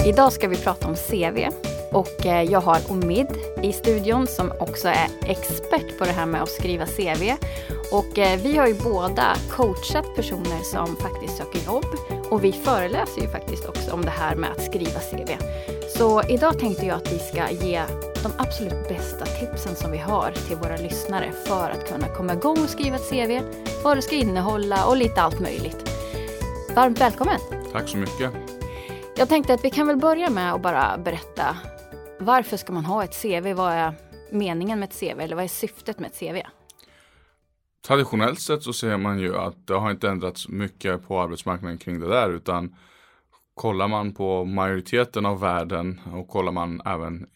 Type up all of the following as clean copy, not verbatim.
Idag ska vi prata om CV och jag har Omid i studion som också är expert på det här med att skriva CV. Och vi har ju båda coachat personer som faktiskt söker jobb och vi föreläser ju faktiskt också om det här med att skriva CV. Så idag tänkte jag att vi ska ge de absolut bästa tipsen som vi har till våra lyssnare för att kunna komma igång och skriva ett CV, vad det ska innehålla och lite allt möjligt. Varmt välkommen! Tack så mycket! Jag tänkte att vi kan väl börja med att bara berätta varför ska man ha ett CV? Vad är meningen med ett CV eller vad är syftet med ett CV? Traditionellt sett så ser man ju att det har inte ändrats mycket på arbetsmarknaden kring det där, utan kollar man på majoriteten av världen och kollar man även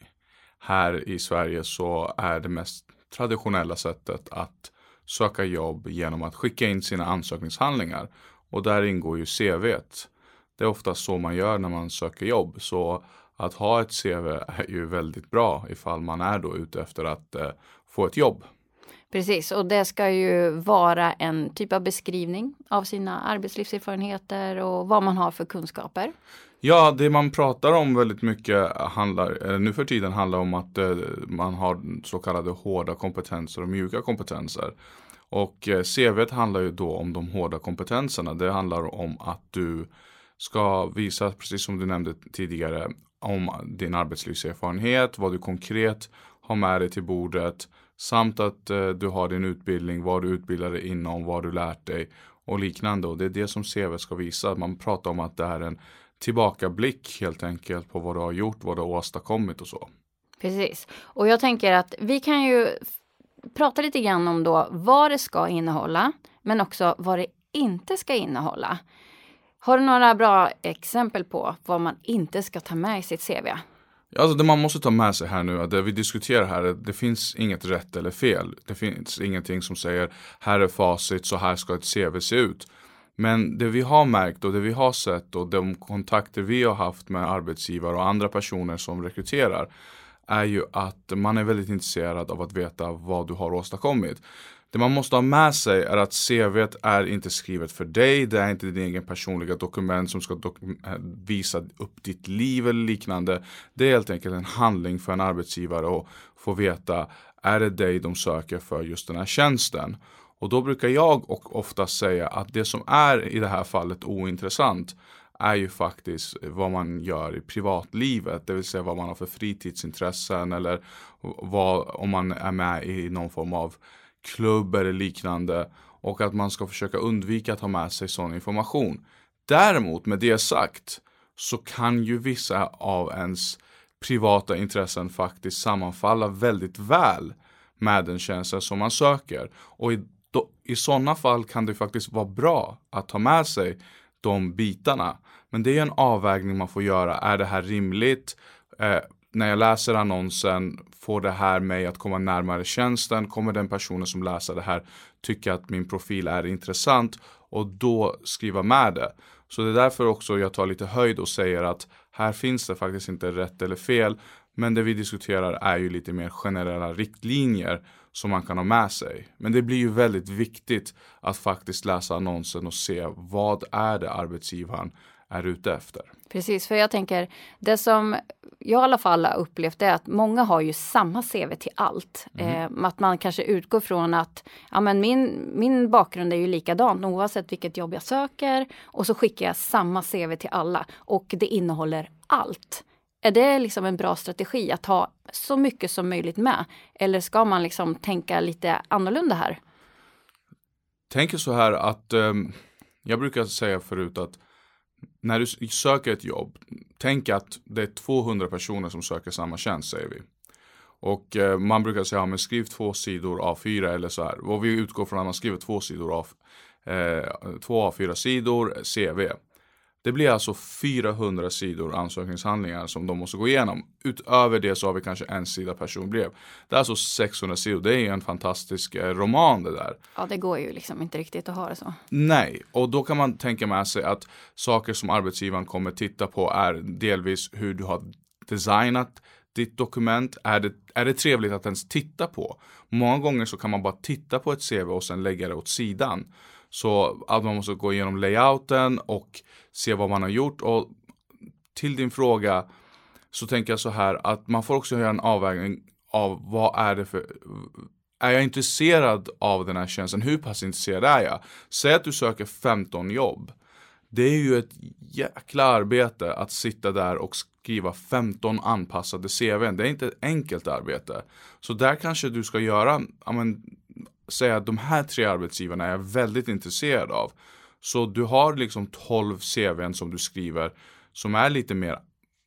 här i Sverige så är det mest traditionella sättet att söka jobb genom att skicka in sina ansökningshandlingar och där ingår ju CV:t. Det är ofta så man gör när man söker jobb, så att ha ett CV är ju väldigt bra ifall man är då ute efter att få ett jobb. Precis, och det ska ju vara en typ av beskrivning av sina arbetslivserfarenheter och vad man har för kunskaper. Ja, det man pratar om väldigt mycket nu för tiden handlar om att man har så kallade hårda kompetenser och mjuka kompetenser. Och CV:t handlar ju då om de hårda kompetenserna. Det handlar om att du ska visa, precis som du nämnde tidigare, om din arbetslivserfarenhet, vad du konkret har med dig till bordet, samt att du har din utbildning, vad du utbildar dig inom, vad du lärt dig och liknande. Och det är det som CV ska visa. Man pratar om att det är en tillbakablick helt enkelt på vad du har gjort, vad du har åstadkommit och så. Precis. Och jag tänker att vi kan ju prata lite grann om då vad det ska innehålla, men också vad det inte ska innehålla. Har du några bra exempel på vad man inte ska ta med i sitt CV? Alltså det man måste ta med sig här nu, att det vi diskuterar här, det finns inget rätt eller fel. Det finns ingenting som säger här är facit, så här ska ett CV se ut. Men det vi har märkt och det vi har sett och de kontakter vi har haft med arbetsgivare och andra personer som rekryterar är ju att man är väldigt intresserad av att veta vad du har åstadkommit. Det man måste ha med sig är att CV:t är inte skrivet för dig. Det är inte din egen personliga dokument som ska visa upp ditt liv eller liknande. Det är helt enkelt en handling för en arbetsgivare att få veta, är det dig de söker för just den här tjänsten? Och då brukar jag och ofta säga att det som är i det här fallet ointressant är ju faktiskt vad man gör i privatlivet. Det vill säga vad man har för fritidsintressen eller om man är med i någon form av klubb eller liknande, och att man ska försöka undvika att ha med sig sån information. Däremot med det sagt så kan ju vissa av ens privata intressen faktiskt sammanfalla väldigt väl med den tjänsten som man söker. Och i sådana fall kan det faktiskt vara bra att ta med sig de bitarna. Men det är en avvägning man får göra. Är det här rimligt? När jag läser annonsen, får det här mig att komma närmare tjänsten? Kommer den personen som läser det här tycka att min profil är intressant? Och då skriva med det. Så det är därför också jag tar lite höjd och säger att här finns det faktiskt inte rätt eller fel. Men det vi diskuterar är ju lite mer generella riktlinjer som man kan ha med sig. Men det blir ju väldigt viktigt att faktiskt läsa annonsen och se vad är det arbetsgivaren är ute efter. Precis, för jag tänker, det som jag i alla fall har upplevt är att många har ju samma CV till allt. Att man kanske utgår från att ja, men min bakgrund är ju likadan oavsett vilket jobb jag söker, och så skickar jag samma CV till alla och det innehåller allt. Är det liksom en bra strategi att ha så mycket som möjligt med? Eller ska man liksom tänka lite annorlunda här? Tänker så här att jag brukar säga förut att när du söker ett jobb, tänk att det är 200 personer som söker samma tjänst, säger vi. Och man brukar säga, ja, men skriv 2 sidor A4 eller så här. Och vi utgår från att man skriver 2 A4 sidor CV. Det blir alltså 400 sidor ansökningshandlingar som de måste gå igenom. Utöver det så har vi kanske en sida personbrev. Det är alltså 600 sidor. Det är en fantastisk roman det där. Ja, det går ju liksom inte riktigt att ha det så. Nej, och då kan man tänka med sig att saker som arbetsgivaren kommer titta på är delvis hur du har designat ditt dokument. Är det trevligt att ens titta på? Många gånger så kan man bara titta på ett CV och sen lägga det åt sidan. Så att man måste gå igenom layouten och se vad man har gjort. Och till din fråga så tänker jag så här att man får också göra en avvägning av vad är det för... Är jag intresserad av den här tjänsten? Hur pass intresserad är jag? Säg att du söker 15 jobb. Det är ju ett jäkla arbete att sitta där och skriva 15 anpassade CV:n. Det är inte ett enkelt arbete. Så där kanske du ska göra, säga att de här 3 arbetsgivarna är jag väldigt intresserad av. Så du har liksom 12 CV:n som du skriver som är lite mer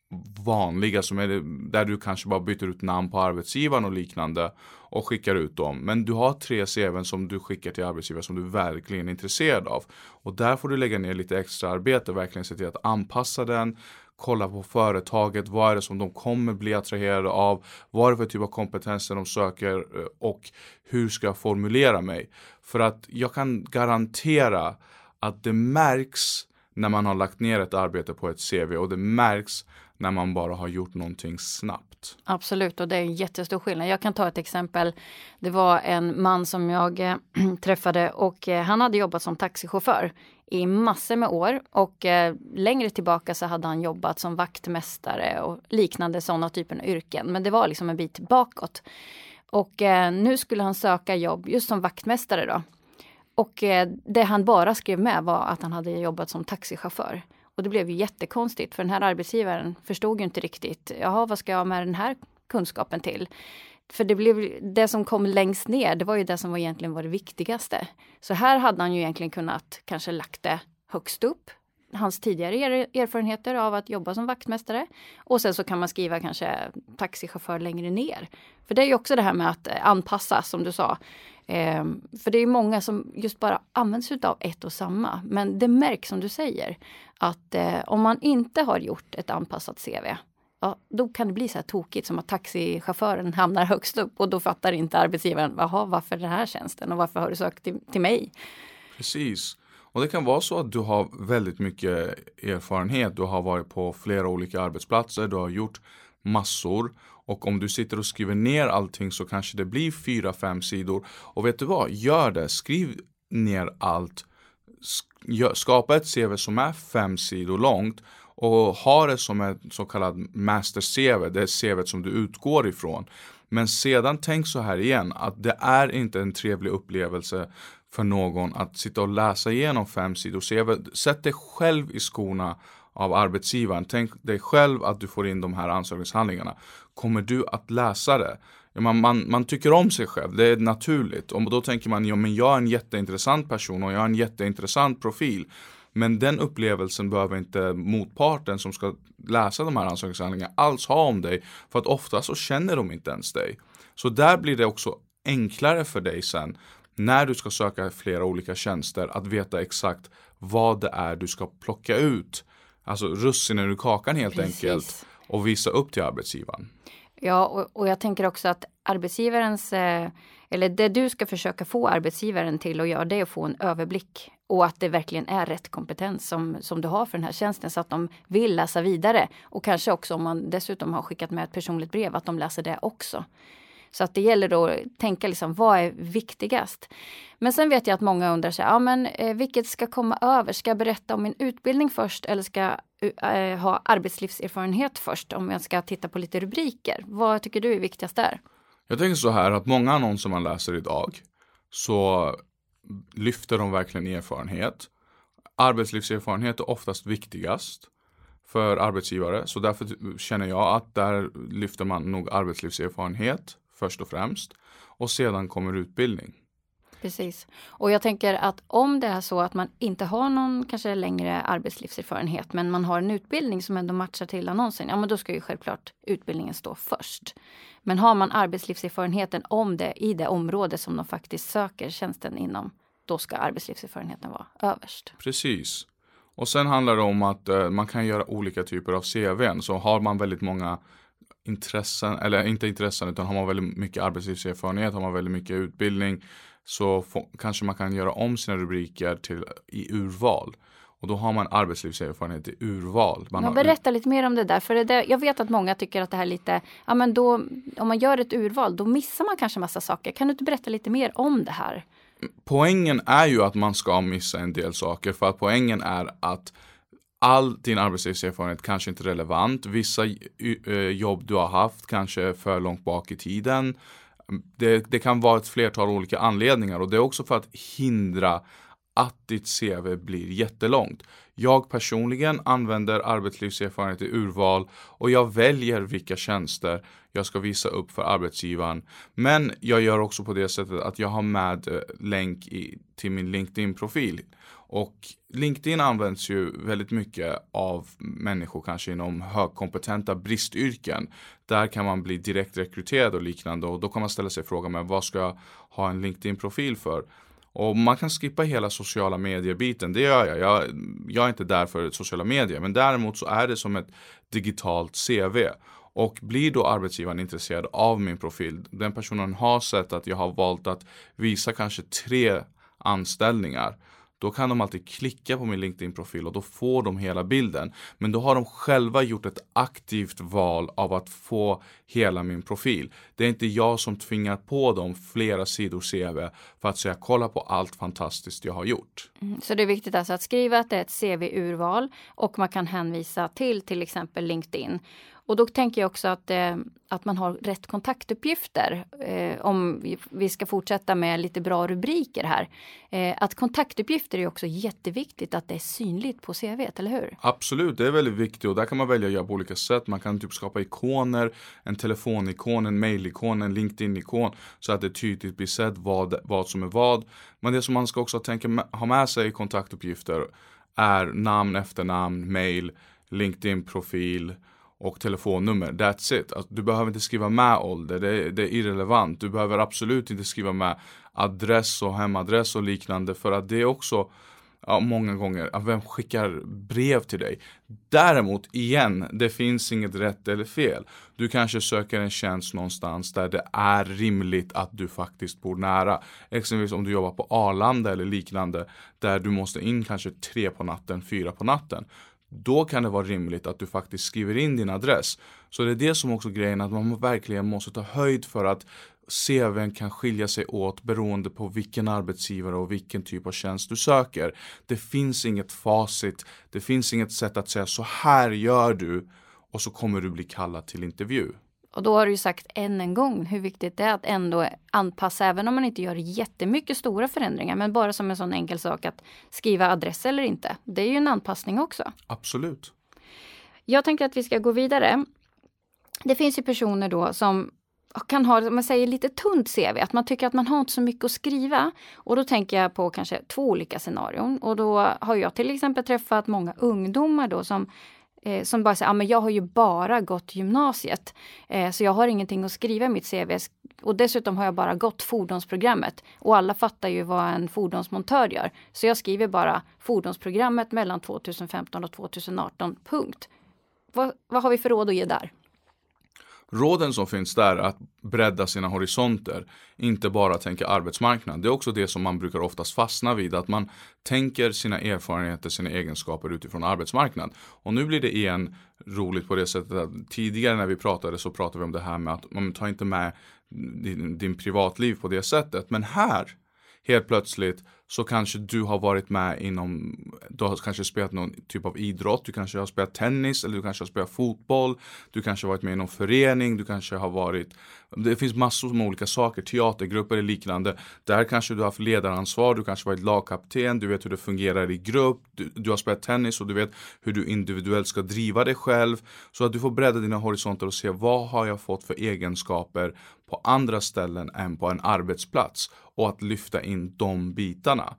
vanliga, som är där du kanske bara byter ut namn på arbetsgivaren och liknande och skickar ut dem. Men du har 3 CV:n som du skickar till arbetsgivare som du verkligen är intresserad av. Och där får du lägga ner lite extra arbete, verkligen se till att anpassa den, kolla på företaget, vad är det som de kommer bli attraherade av, vad är det för typ av kompetenser de söker och hur ska jag formulera mig. För att jag kan garantera att det märks när man har lagt ner ett arbete på ett CV och det märks när man bara har gjort någonting snabbt. Absolut, och det är en jättestor skillnad. Jag kan ta ett exempel. Det var en man som jag träffade och han hade jobbat som taxichaufför i massor med år. Och längre tillbaka så hade han jobbat som vaktmästare och liknande sådana typer av yrken. Men det var liksom en bit bakåt. Och nu skulle han söka jobb just som vaktmästare då. Och det han bara skrev med var att han hade jobbat som taxichaufför. Och det blev ju jättekonstigt för den här arbetsgivaren förstod ju inte riktigt. Jaha, vad ska jag med den här kunskapen till? För det som kom längst ner, det var ju det som egentligen var det viktigaste. Så här hade han ju egentligen kunnat kanske lagt det högst upp. Hans tidigare erfarenheter av att jobba som vaktmästare. Och sen så kan man skriva kanske taxichaufför längre ner. För det är ju också det här med att anpassa som du sa. För det är många som just bara använder sig av ett och samma. Men det märks som du säger att om man inte har gjort ett anpassat CV. Ja, då kan det bli så här tokigt som att taxichauffören hamnar högst upp. Och då fattar inte arbetsgivaren, varför den här tjänsten och varför har du sökt till mig? Precis. Och det kan vara så att du har väldigt mycket erfarenhet. Du har varit på flera olika arbetsplatser. Du har gjort massor. Och om du sitter och skriver ner allting så kanske det blir 4-5 sidor. Och vet du vad? Gör det. Skriv ner allt. Skapa ett CV som är 5 sidor långt. Och ha det som ett så kallat master-CV. Det är CV:t som du utgår ifrån. Men sedan tänk så här igen. Att det är inte en trevlig upplevelse för någon att sitta och läsa igenom 5 sidor CV. Sätt dig själv i skorna av arbetsgivaren. Tänk dig själv att du får in de här ansökningshandlingarna. Kommer du att läsa det? Man tycker om sig själv. Det är naturligt. Och då tänker man, men jag är en jätteintressant person och jag har en jätteintressant profil. Men den upplevelsen behöver inte motparten som ska läsa de här ansökningshandlingarna alls ha om dig. För att ofta så känner de inte ens dig. Så där blir det också enklare för dig sen när du ska söka flera olika tjänster att veta exakt vad det är du ska plocka ut. Alltså russinen ur kakan helt enkelt och visa upp till arbetsgivaren. Ja, och jag tänker också att arbetsgivarens, eller det du ska försöka få arbetsgivaren till att göra, det är att få en överblick. Och att det verkligen är rätt kompetens som du har för den här tjänsten så att de vill läsa vidare. Och kanske också om man dessutom har skickat med ett personligt brev att de läser det också. Så att det gäller då att tänka liksom, vad är viktigast? Men sen vet jag att många undrar sig, vilket ska komma över? Ska jag berätta om min utbildning först eller ska jag ha arbetslivserfarenhet först om jag ska titta på lite rubriker? Vad tycker du är viktigast där? Jag tänker så här att många annonser man läser idag så lyfter de verkligen erfarenhet. Arbetslivserfarenhet är oftast viktigast för arbetsgivare. Så därför känner jag att där lyfter man nog arbetslivserfarenhet först och främst. Och sedan kommer utbildning. Precis. Och jag tänker att om det är så att man inte har någon kanske längre arbetslivserfarenhet men man har en utbildning som ändå matchar till annonsen, ja men då ska ju självklart utbildningen stå först. Men har man arbetslivserfarenheten om det i det område som de faktiskt söker tjänsten inom, då ska arbetslivserfarenheten vara överst. Precis. Och sen handlar det om att man kan göra olika typer av CV:n. Så har man väldigt många intressen, eller inte intressen utan har man väldigt mycket arbetslivserfarenhet, har man väldigt mycket utbildning så kanske man kan göra om sina rubriker i urval. Och då har man arbetslivserfarenhet i urval. Berätta lite mer om det där. För jag vet att många tycker att det här är lite, ja men då, om man gör ett urval då missar man kanske massa saker. Kan du inte berätta lite mer om det här? Poängen är ju att man ska missa en del saker. För att poängen är att all din arbetslivserfarenhet kanske inte är relevant. Vissa jobb du har haft kanske är för långt bak i tiden. Det kan vara ett flertal olika anledningar, och det är också för att hindra att ditt CV blir jättelångt. Jag personligen använder arbetslivserfarenhet i urval, och jag väljer vilka tjänster jag ska visa upp för arbetsgivaren. Men jag gör också på det sättet att jag har med länk till min LinkedIn-profil. Och LinkedIn används ju väldigt mycket av människor kanske inom högkompetenta bristyrken. Där kan man bli direkt rekryterad och liknande, och då kan man ställa sig frågan med vad ska jag ha en LinkedIn-profil för? Och man kan skippa hela sociala medier-biten, det gör jag. Jag är inte där för sociala medier, men däremot så är det som ett digitalt CV. Och blir då arbetsgivaren intresserad av min profil, den personen har sett att jag har valt att visa kanske 3 anställningar, då kan de alltid klicka på min LinkedIn-profil och då får de hela bilden. Men då har de själva gjort ett aktivt val av att få hela min profil. Det är inte jag som tvingar på dem flera sidor CV för att säga kolla på allt fantastiskt jag har gjort. Så det är viktigt alltså att skriva att det är ett CV-urval, och man kan hänvisa till exempel LinkedIn. Och då tänker jag också att man har rätt kontaktuppgifter, om vi ska fortsätta med lite bra rubriker här. Att kontaktuppgifter är också jätteviktigt, att det är synligt på CV, eller hur? Absolut, det är väldigt viktigt, och där kan man välja att göra på olika sätt. Man kan typ skapa ikoner, en telefonikon, en mailikon, en LinkedIn-ikon, så att det tydligt blir sett vad som är vad. Men det som man ska också ha med sig i kontaktuppgifter är namn, efternamn, mail, LinkedIn-profil och telefonnummer. That's it. Alltså, du behöver inte skriva med ålder. Det är irrelevant. Du behöver absolut inte skriva med adress och hemadress och liknande, för att det är också många gånger att vem skickar brev till dig. Däremot igen, det finns inget rätt eller fel. Du kanske söker en tjänst någonstans där det är rimligt att du faktiskt bor nära. Exempelvis om du jobbar på Arlanda eller liknande, där du måste in kanske 3 på natten, 4 på natten. Då kan det vara rimligt att du faktiskt skriver in din adress. Så det är det som också grejen, att man verkligen måste ta höjd för att CV:n kan skilja sig åt beroende på vilken arbetsgivare och vilken typ av tjänst du söker. Det finns inget facit, det finns inget sätt att säga så här gör du och så kommer du bli kallad till intervju. Och då har du ju sagt än en gång hur viktigt det är att ändå anpassa, även om man inte gör jättemycket stora förändringar, men bara som en sån enkel sak att skriva adress eller inte. Det är ju en anpassning också. Absolut. Jag tänker att vi ska gå vidare. Det finns ju personer då som kan ha, man säger, lite tunt CV. Att man tycker att man har inte så mycket att skriva. Och då tänker jag på kanske 2 olika scenarion. Och då har jag till exempel träffat många ungdomar då som bara säger, men jag har ju bara gått gymnasiet. Så jag har ingenting att skriva i mitt CV. Och dessutom har jag bara gått fordonsprogrammet. Och alla fattar ju vad en fordonsmontör gör. Så jag skriver bara fordonsprogrammet mellan 2015 och 2018, punkt. Vad har vi för råd att ge där? Råden som finns där är att bredda sina horisonter, inte bara tänka arbetsmarknad. Det är också det som man brukar oftast fastna vid, att man tänker sina erfarenheter, sina egenskaper utifrån arbetsmarknad. Och nu blir det igen roligt på det sättet att tidigare när vi pratade så pratade vi om det här med att man tar inte med din privatliv på det sättet. Men här, helt plötsligt, så kanske du har varit med du har kanske spelat någon typ av idrott, du kanske har spelat tennis eller du kanske har spelat fotboll, du kanske har varit med i någon förening, du kanske har varit, det finns massor med olika saker, teatergrupper eller liknande. Där kanske du har haft ledaransvar, du kanske varit lagkapten, du vet hur det fungerar i grupp, du har spelat tennis och du vet hur du individuellt ska driva dig själv, så att du får bredda dina horisonter och se vad har jag fått för egenskaper på andra ställen än på en arbetsplats, och att lyfta in de bitarna.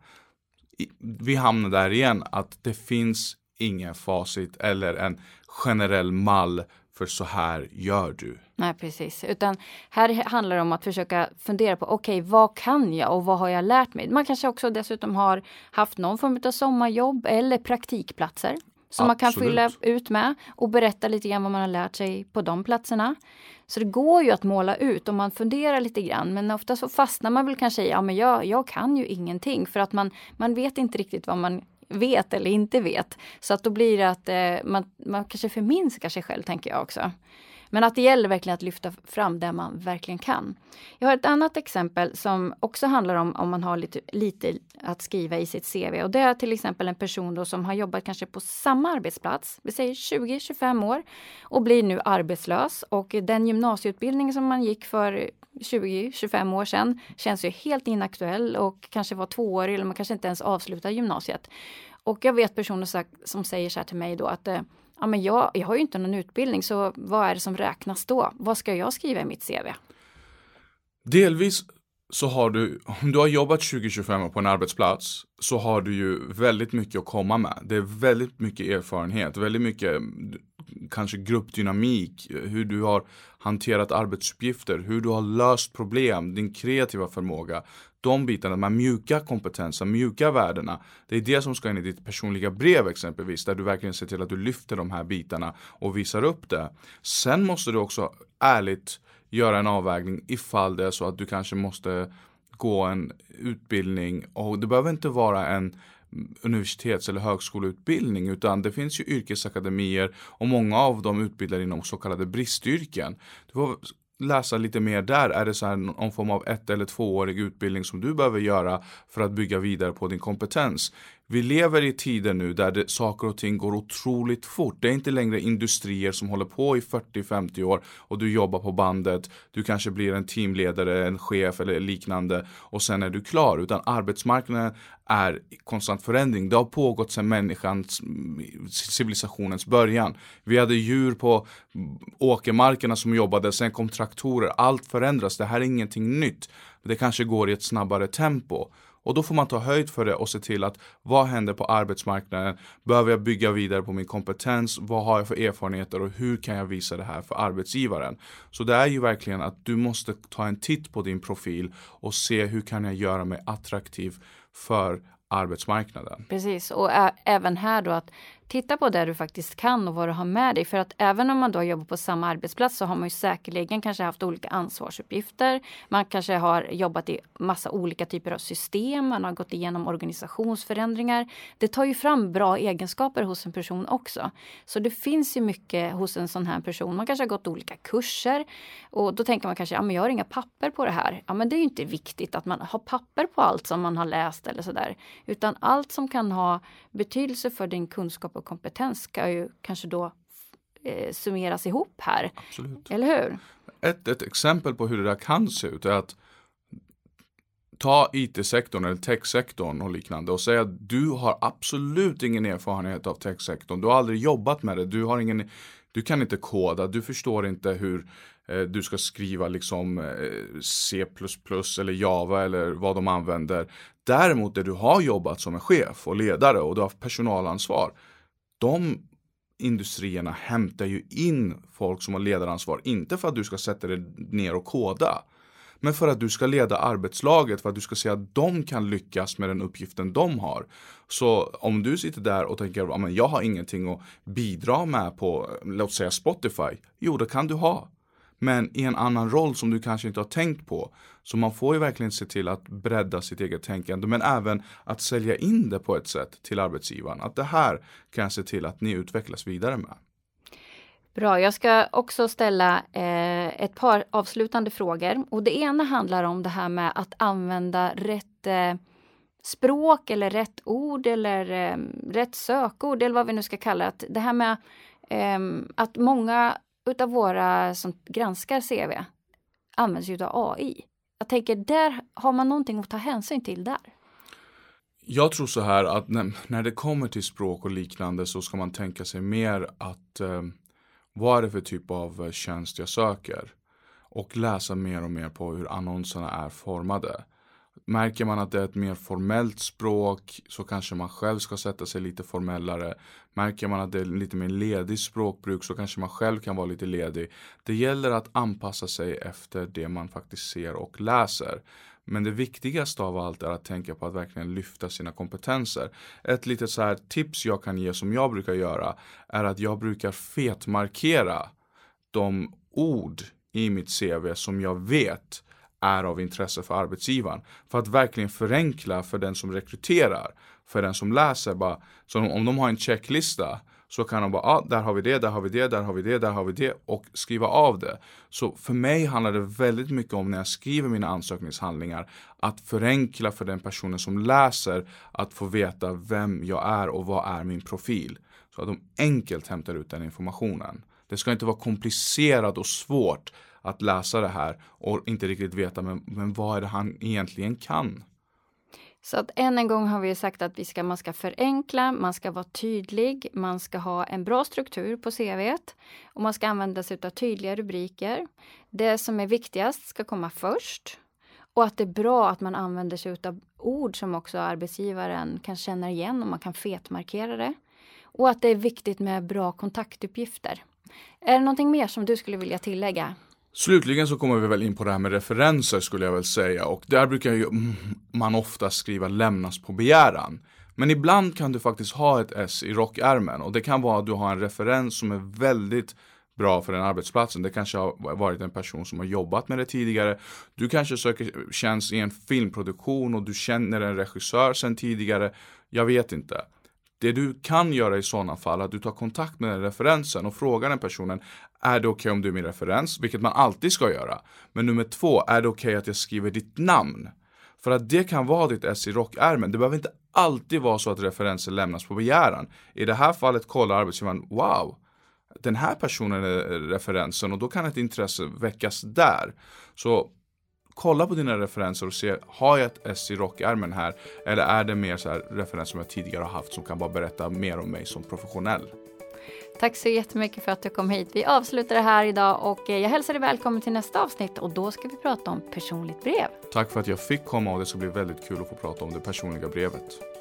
Vi hamnar där igen, att det finns ingen facit eller en generell mall för så här gör du. Nej, precis. Utan här handlar det om att försöka fundera på okej, vad kan jag och vad har jag lärt mig? Man kanske också dessutom har haft någon form av sommarjobb eller praktikplatser som man kan fylla ut med och berätta lite grann vad man har lärt sig på de platserna. Så det går ju att måla ut om man funderar lite grann, men ofta så fastnar man väl kanske i, men jag kan ju ingenting, för att man vet inte riktigt vad man vet eller inte vet. Så att då blir det att man kanske förminskar sig själv, tänker jag också. Men att det gäller verkligen att lyfta fram det man verkligen kan. Jag har ett annat exempel som också handlar om man har lite att skriva i sitt CV. Och det är till exempel en person då som har jobbat kanske på samma arbetsplats, vi säger 20-25 år, och blir nu arbetslös. Och den gymnasieutbildning som man gick för 20-25 år sedan känns ju helt inaktuell och kanske var 2-årig eller man kanske inte ens avslutar gymnasiet. Och jag vet personer som säger så här till mig då att ja, men jag har ju inte någon utbildning, så vad är det som räknas då? Vad ska jag skriva i mitt CV? Delvis så har du, om du har jobbat 20-25 år på en arbetsplats, så har du ju väldigt mycket att komma med. Det är väldigt mycket erfarenhet, väldigt mycket kanske gruppdynamik, hur du har hanterat arbetsuppgifter, hur du har löst problem, din kreativa förmåga. De bitarna, de här mjuka kompetenser, mjuka värdena, det är det som ska in i ditt personliga brev exempelvis, där du verkligen ser till att du lyfter de här bitarna och visar upp det. Sen måste du också ärligt göra en avvägning ifall det är så att du kanske måste gå en utbildning, och det behöver inte vara en universitets- eller högskoleutbildning, utan det finns ju yrkesakademier och många av dem utbildar inom så kallade bristyrken. Du får läsa lite mer där. Är det så här någon form av 1- eller 2-årig utbildning som du behöver göra för att bygga vidare på din kompetens? Vi lever i tider nu där saker och ting går otroligt fort. Det är inte längre industrier som håller på i 40-50 år och du jobbar på bandet. Du kanske blir en teamledare, en chef eller liknande och sen är du klar. Utan arbetsmarknaden är i konstant förändring. Det har pågått sedan civilisationens början. Vi hade djur på åkermarkerna som jobbade, sen kom traktorer. Allt förändras, det här är ingenting nytt. Det kanske går i ett snabbare tempo. Och då får man ta höjd för det och se till att vad händer på arbetsmarknaden? Behöver jag bygga vidare på min kompetens? Vad har jag för erfarenheter och hur kan jag visa det här för arbetsgivaren? Så det är ju verkligen att du måste ta en titt på din profil och se hur kan jag göra mig attraktiv för arbetsmarknaden. Precis, och även här då att titta på det du faktiskt kan och vad du har med dig. För att även om man då jobbar på samma arbetsplats så har man ju säkerligen kanske haft olika ansvarsuppgifter. Man kanske har jobbat i massa olika typer av system. Man har gått igenom organisationsförändringar. Det tar ju fram bra egenskaper hos en person också. Så det finns ju mycket hos en sån här person. Man kanske har gått olika kurser och då tänker man kanske, ja men jag har inga papper på det här. Ja men det är ju inte viktigt att man har papper på allt som man har läst eller sådär. Utan allt som kan ha betydelse för din kunskap och kompetens ska ju kanske då summeras ihop här. Absolut. Eller hur? Ett exempel på hur det där kan se ut är att ta IT-sektorn eller techsektorn och liknande och säga att du har absolut ingen erfarenhet av techsektorn. Du har aldrig jobbat med det. Du kan inte koda. Du förstår inte hur du ska skriva liksom C++ eller Java eller vad de använder. Däremot där du har jobbat som en chef och ledare och du har personalansvar. De industrierna hämtar ju in folk som har ledaransvar. Inte för att du ska sätta dig ner och koda. Men för att du ska leda arbetslaget. För att du ska se att de kan lyckas med den uppgiften de har. Så om du sitter där och tänker att jag har ingenting att bidra med på, låt säga Spotify. Jo, det kan du ha. Men i en annan roll som du kanske inte har tänkt på. Så man får ju verkligen se till att bredda sitt eget tänkande. Men även att sälja in det på ett sätt till arbetsgivaren. Att det här kan jag se till att ni utvecklas vidare med. Bra, jag ska också ställa ett par avslutande frågor. Och det ena handlar om det här med att använda rätt språk eller rätt ord eller rätt sökord eller vad vi nu ska kalla det. Det här med att många utav våra som granskar CV används ju av AI. Jag tänker, där har man någonting att ta hänsyn till där. Jag tror så här att när det kommer till språk och liknande så ska man tänka sig mer att vad är det för typ av tjänst jag söker? Och läsa mer och mer på hur annonserna är formade. Märker man att det är ett mer formellt språk så kanske man själv ska sätta sig lite formellare. Märker man att det är lite mer ledig språkbruk så kanske man själv kan vara lite ledig. Det gäller att anpassa sig efter det man faktiskt ser och läser. Men det viktigaste av allt är att tänka på att verkligen lyfta sina kompetenser. Ett litet så här tips jag kan ge som jag brukar göra är att jag brukar fetmarkera de ord i mitt CV som jag vet är av intresse för arbetsgivaren. För att verkligen förenkla för den som rekryterar. För den som läser bara. Så om de har en checklista så kan de bara, där har vi det, där har vi det, där har vi det, där har vi det och skriva av det. Så för mig handlar det väldigt mycket om när jag skriver mina ansökningshandlingar att förenkla för den personen som läser att få veta vem jag är och vad är min profil. Så att de enkelt hämtar ut den informationen. Det ska inte vara komplicerat och svårt att läsa det här och inte riktigt veta men vad är det han egentligen kan. Så att än en gång har vi sagt att man ska förenkla, man ska vara tydlig, man ska ha en bra struktur på CV:t och man ska använda sig av tydliga rubriker. Det som är viktigast ska komma först och att det är bra att man använder sig av ord som också arbetsgivaren kan känna igen och man kan fetmarkera det. Och att det är viktigt med bra kontaktuppgifter. Är det någonting mer som du skulle vilja tillägga? Slutligen så kommer vi väl in på det här med referenser skulle jag väl säga. Och där brukar man ofta skriva lämnas på begäran. Men ibland kan du faktiskt ha ett S i rockärmen. Och det kan vara att du har en referens som är väldigt bra för den arbetsplatsen. Det kanske har varit en person som har jobbat med det tidigare. Du kanske söker tjänst i en filmproduktion och du känner en regissör sedan tidigare. Jag vet inte. Det du kan göra i sådana fall är att du tar kontakt med den referensen och frågar den personen, är det okej om du är min referens? Vilket man alltid ska göra. Men nummer 2, är det okej att jag skriver ditt namn? För att det kan vara ditt S i rockärmen. Det behöver inte alltid vara så att referenser lämnas på begäran. I det här fallet kollar arbetsgivaren, wow, den här personen är referensen och då kan ett intresse väckas där. Så kolla på dina referenser och se, har jag ett S i rockärmen här? Eller är det mer så här referenser som jag tidigare har haft som kan bara berätta mer om mig som professionell? Tack så jättemycket för att du kom hit. Vi avslutar det här idag och jag hälsar dig välkommen till nästa avsnitt och då ska vi prata om personligt brev. Tack för att jag fick komma och det ska bli väldigt kul att få prata om det personliga brevet.